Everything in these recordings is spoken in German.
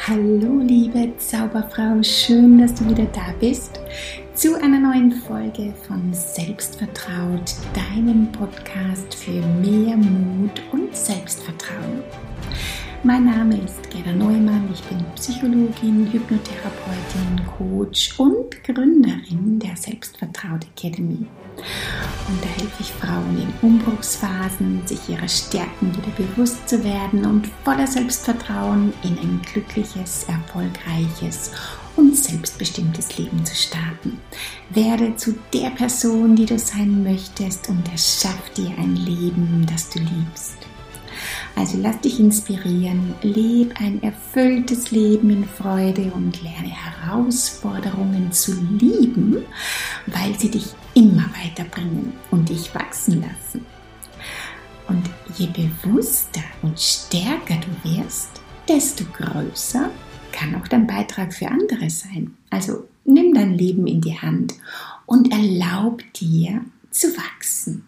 Hallo liebe Zauberfrau, schön, dass du wieder da bist zu einer neuen Folge von Selbstvertraut, deinem Podcast für mehr Mut und Selbstvertrauen. Mein Name ist Gerda Neumann, ich bin Psychologin, Hypnotherapeutin, Coach und Gründerin der Selbstvertraut Academy. Und da helfe ich Frauen in Umbruchsphasen, sich ihrer Stärken wieder bewusst zu werden und voller Selbstvertrauen in ein glückliches, erfolgreiches und selbstbestimmtes Leben zu starten. Werde zu der Person, die du sein möchtest, und erschaff dir ein Leben, das du liebst. Also lass dich inspirieren, lebe ein erfülltes Leben in Freude und lerne Herausforderungen zu lieben, weil sie dich immer weiterbringen und dich wachsen lassen. Und je bewusster und stärker du wirst, desto größer kann auch dein Beitrag für andere sein. Also nimm dein Leben in die Hand und erlaub dir zu wachsen.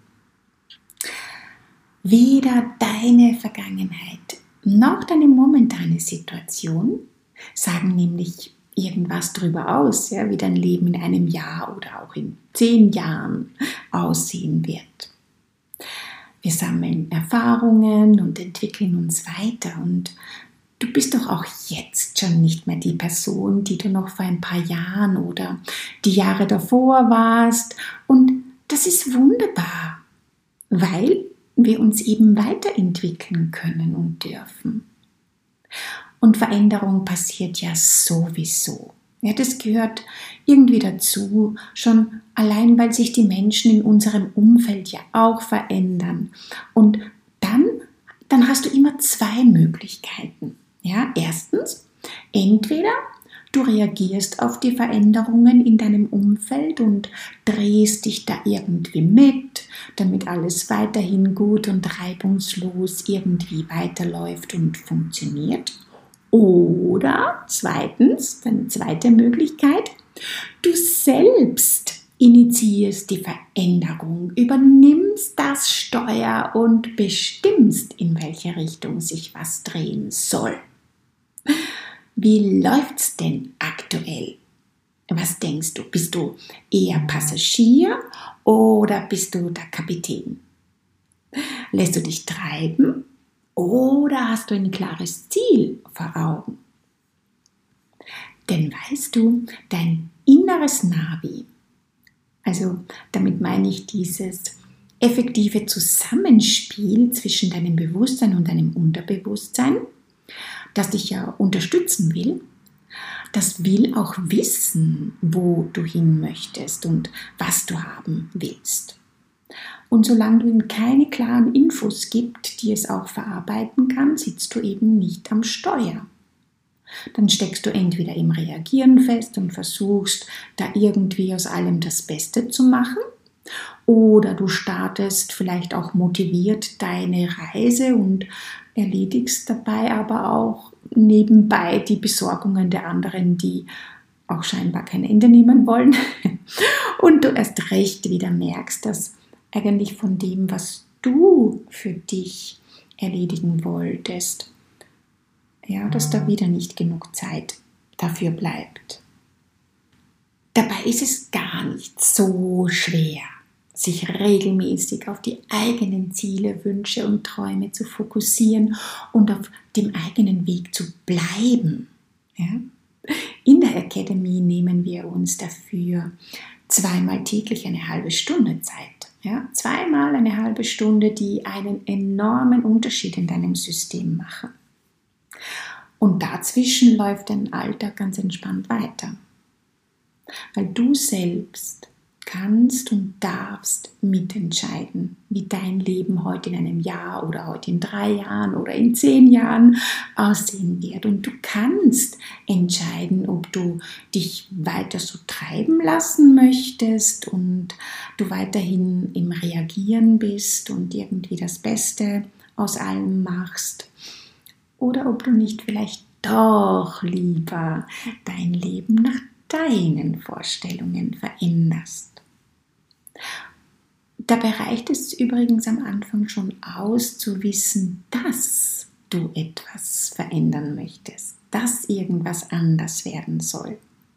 Weder deine Vergangenheit noch deine momentane Situation sagen nämlich irgendwas darüber aus, wie dein Leben in einem Jahr oder auch in 10 Jahren aussehen wird. Wir sammeln Erfahrungen und entwickeln uns weiter, und du bist doch auch jetzt schon nicht mehr die Person, die du noch vor ein paar Jahren oder die Jahre davor warst, und das ist wunderbar, weil wir uns eben weiterentwickeln können und dürfen. Und Veränderung passiert ja sowieso. Ja, das gehört irgendwie dazu, schon allein, weil sich die Menschen in unserem Umfeld ja auch verändern. Und dann hast du immer 2 Möglichkeiten. Ja, erstens, entweder du reagierst auf die Veränderungen in deinem Umfeld und drehst dich da irgendwie mit, damit alles weiterhin gut und reibungslos irgendwie weiterläuft und funktioniert. Oder zweitens, deine zweite Möglichkeit, du selbst initiierst die Veränderung, übernimmst das Steuer und bestimmst, in welche Richtung sich was drehen soll. Wie läuft's denn aktuell? Was denkst du? Bist du eher Passagier oder bist du der Kapitän? Lässt du dich treiben oder hast du ein klares Ziel vor Augen? Denn weißt du, dein inneres Navi, also damit meine ich dieses effektive Zusammenspiel zwischen deinem Bewusstsein und deinem Unterbewusstsein, das dich ja unterstützen will, das will auch wissen, wo du hin möchtest und was du haben willst. Und solange du ihm keine klaren Infos gibst, die es auch verarbeiten kann, sitzt du eben nicht am Steuer. Dann steckst du entweder im Reagieren fest und versuchst, da irgendwie aus allem das Beste zu machen, oder du startest vielleicht auch motiviert deine Reise und erledigst dabei aber auch nebenbei die Besorgungen der anderen, die auch scheinbar kein Ende nehmen wollen. Und du erst recht wieder merkst, dass eigentlich von dem, was du für dich erledigen wolltest, dass da wieder nicht genug Zeit dafür bleibt. Dabei ist es gar nicht so schwer, sich regelmäßig auf die eigenen Ziele, Wünsche und Träume zu fokussieren und auf dem eigenen Weg zu bleiben. Ja? In der Academy nehmen wir uns dafür 2-mal täglich eine halbe Stunde Zeit. Ja? 2-mal eine halbe Stunde, die einen enormen Unterschied in deinem System machen. Und dazwischen läuft dein Alltag ganz entspannt weiter. Weil du selbst kannst und darfst mitentscheiden, wie dein Leben heute in einem Jahr oder heute in 3 Jahren oder in 10 Jahren aussehen wird. Und du kannst entscheiden, ob du dich weiter so treiben lassen möchtest und du weiterhin im Reagieren bist und irgendwie das Beste aus allem machst, oder ob du nicht vielleicht doch lieber dein Leben nach deinen Vorstellungen veränderst. Dabei reicht es übrigens am Anfang schon aus, zu wissen, dass du etwas verändern möchtest. dass irgendwas anders werden soll.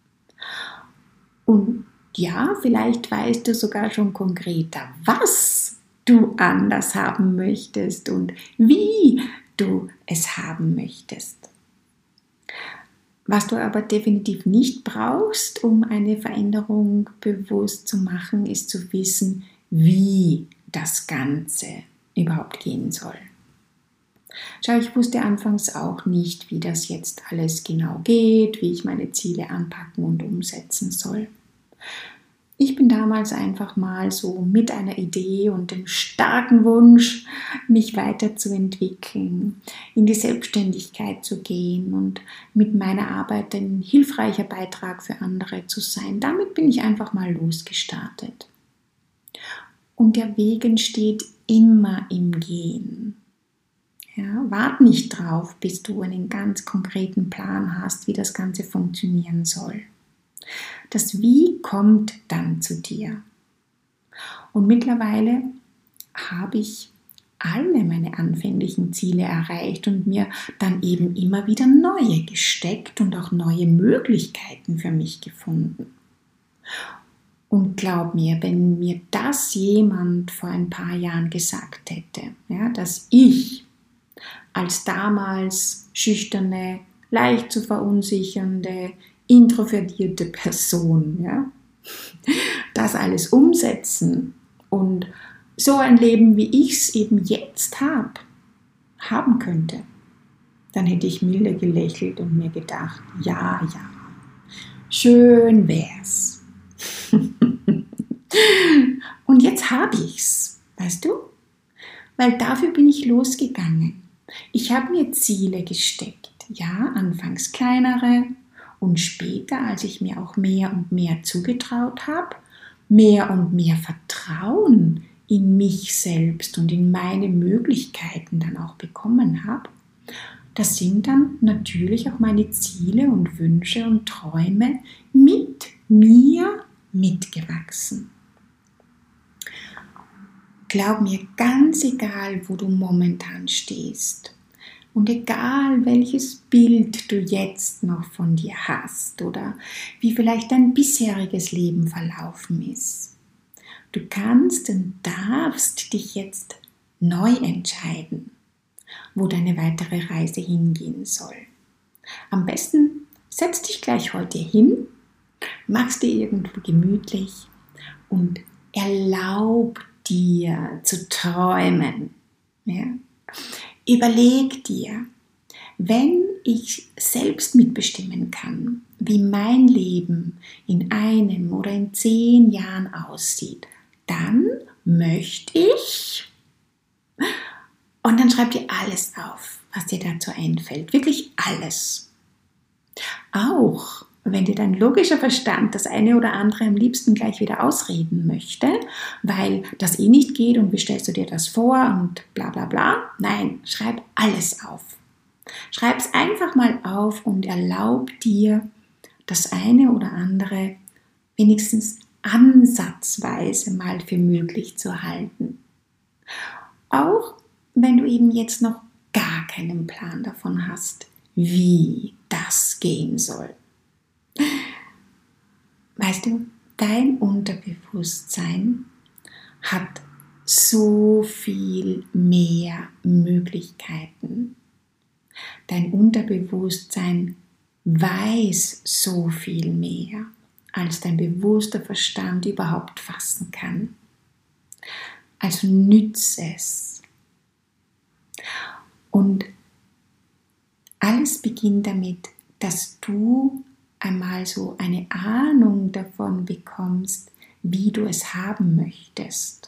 Und ja, vielleicht weißt du sogar schon konkreter, was du anders haben möchtest und wie du es haben möchtest. Was du aber definitiv nicht brauchst, um eine Veränderung bewusst zu machen, ist zu wissen, wie das Ganze überhaupt gehen soll. Schau, ich wusste anfangs auch nicht, wie das jetzt alles genau geht, wie ich meine Ziele anpacken und umsetzen soll. Ich bin damals einfach mal so mit einer Idee und dem starken Wunsch, mich weiterzuentwickeln, in die Selbstständigkeit zu gehen und mit meiner Arbeit ein hilfreicher Beitrag für andere zu sein. Damit bin ich einfach mal losgestartet. Und der Weg entsteht immer im Gehen. Ja, wart nicht drauf, bis du einen ganz konkreten Plan hast, wie das Ganze funktionieren soll. Das Wie kommt dann zu dir. Und mittlerweile habe ich alle meine anfänglichen Ziele erreicht und mir dann eben immer wieder neue gesteckt und auch neue Möglichkeiten für mich gefunden. Und glaub mir, wenn mir das jemand vor ein paar Jahren gesagt hätte, ja, dass ich als damals schüchterne, leicht zu verunsichernde, introvertierte Person, ja, das alles umsetzen und so ein Leben, wie ich es eben jetzt haben könnte, dann hätte ich milde gelächelt und mir gedacht, ja, schön wär's. Und jetzt habe ich's, weißt du? Weil dafür bin ich losgegangen. Ich habe mir Ziele gesteckt, ja, anfangs kleinere und später, als ich mir auch mehr und mehr zugetraut habe, mehr und mehr Vertrauen in mich selbst und in meine Möglichkeiten dann auch bekommen habe, das sind dann natürlich auch meine Ziele und Wünsche und Träume mit mir mitgewachsen. Glaub mir, ganz egal, wo du momentan stehst und egal, welches Bild du jetzt noch von dir hast oder wie vielleicht dein bisheriges Leben verlaufen ist, du kannst und darfst dich jetzt neu entscheiden, wo deine weitere Reise hingehen soll. Am besten setz dich gleich heute hin, mach's dir irgendwo gemütlich und erlaub dir zu träumen. Ja? Überleg dir, wenn ich selbst mitbestimmen kann, wie mein Leben in 1 oder in 10 Jahren aussieht, dann möchte ich, und dann schreib dir alles auf, was dir dazu einfällt, wirklich alles. Auch wenn dir dein logischer Verstand das eine oder andere am liebsten gleich wieder ausreden möchte, weil das eh nicht geht und wie stellst du dir das vor und bla bla bla. Nein, schreib alles auf. Schreib es einfach mal auf und erlaub dir, das eine oder andere wenigstens ansatzweise mal für möglich zu halten. Auch wenn du eben jetzt noch gar keinen Plan davon hast, wie das gehen soll. Weißt du, dein Unterbewusstsein hat so viel mehr Möglichkeiten. Dein Unterbewusstsein weiß so viel mehr, als dein bewusster Verstand überhaupt fassen kann. Also nütze es. Und alles beginnt damit, dass du einmal so eine Ahnung davon bekommst, wie du es haben möchtest.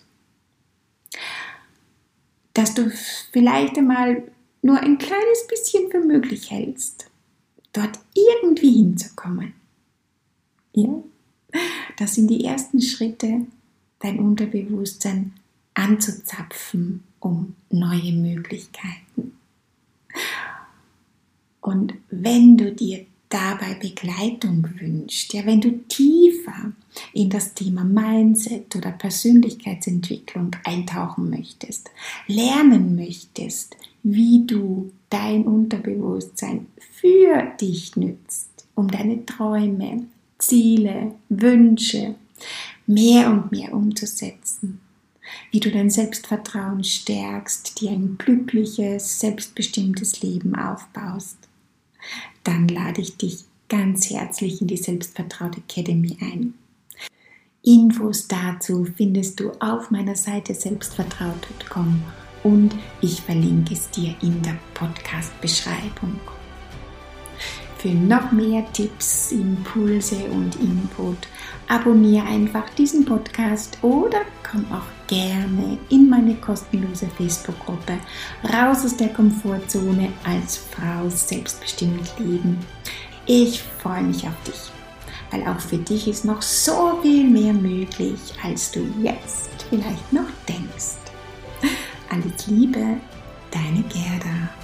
Dass du vielleicht einmal nur ein kleines bisschen für möglich hältst, dort irgendwie hinzukommen. Ja? Das sind die ersten Schritte, dein Unterbewusstsein anzuzapfen, um neue Möglichkeiten. Und wenn du dir dabei Begleitung wünschst, ja, wenn du tiefer in das Thema Mindset oder Persönlichkeitsentwicklung eintauchen möchtest, lernen möchtest, wie du dein Unterbewusstsein für dich nützt, um deine Träume, Ziele, Wünsche mehr und mehr umzusetzen. Wie du dein Selbstvertrauen stärkst, dir ein glückliches, selbstbestimmtes Leben aufbaust. Dann lade ich dich ganz herzlich in die Selbstvertraut Academy ein. Infos dazu findest du auf meiner Seite selbstvertraut.com und ich verlinke es dir in der Podcast-Beschreibung. Für noch mehr Tipps, Impulse und Input abonniere einfach diesen Podcast oder komm auch gerne in meine kostenlose Facebook-Gruppe Raus aus der Komfortzone als Frau selbstbestimmt leben. Ich freue mich auf dich, weil auch für dich ist noch so viel mehr möglich, als du jetzt vielleicht noch denkst. Alles Liebe, deine Gerda.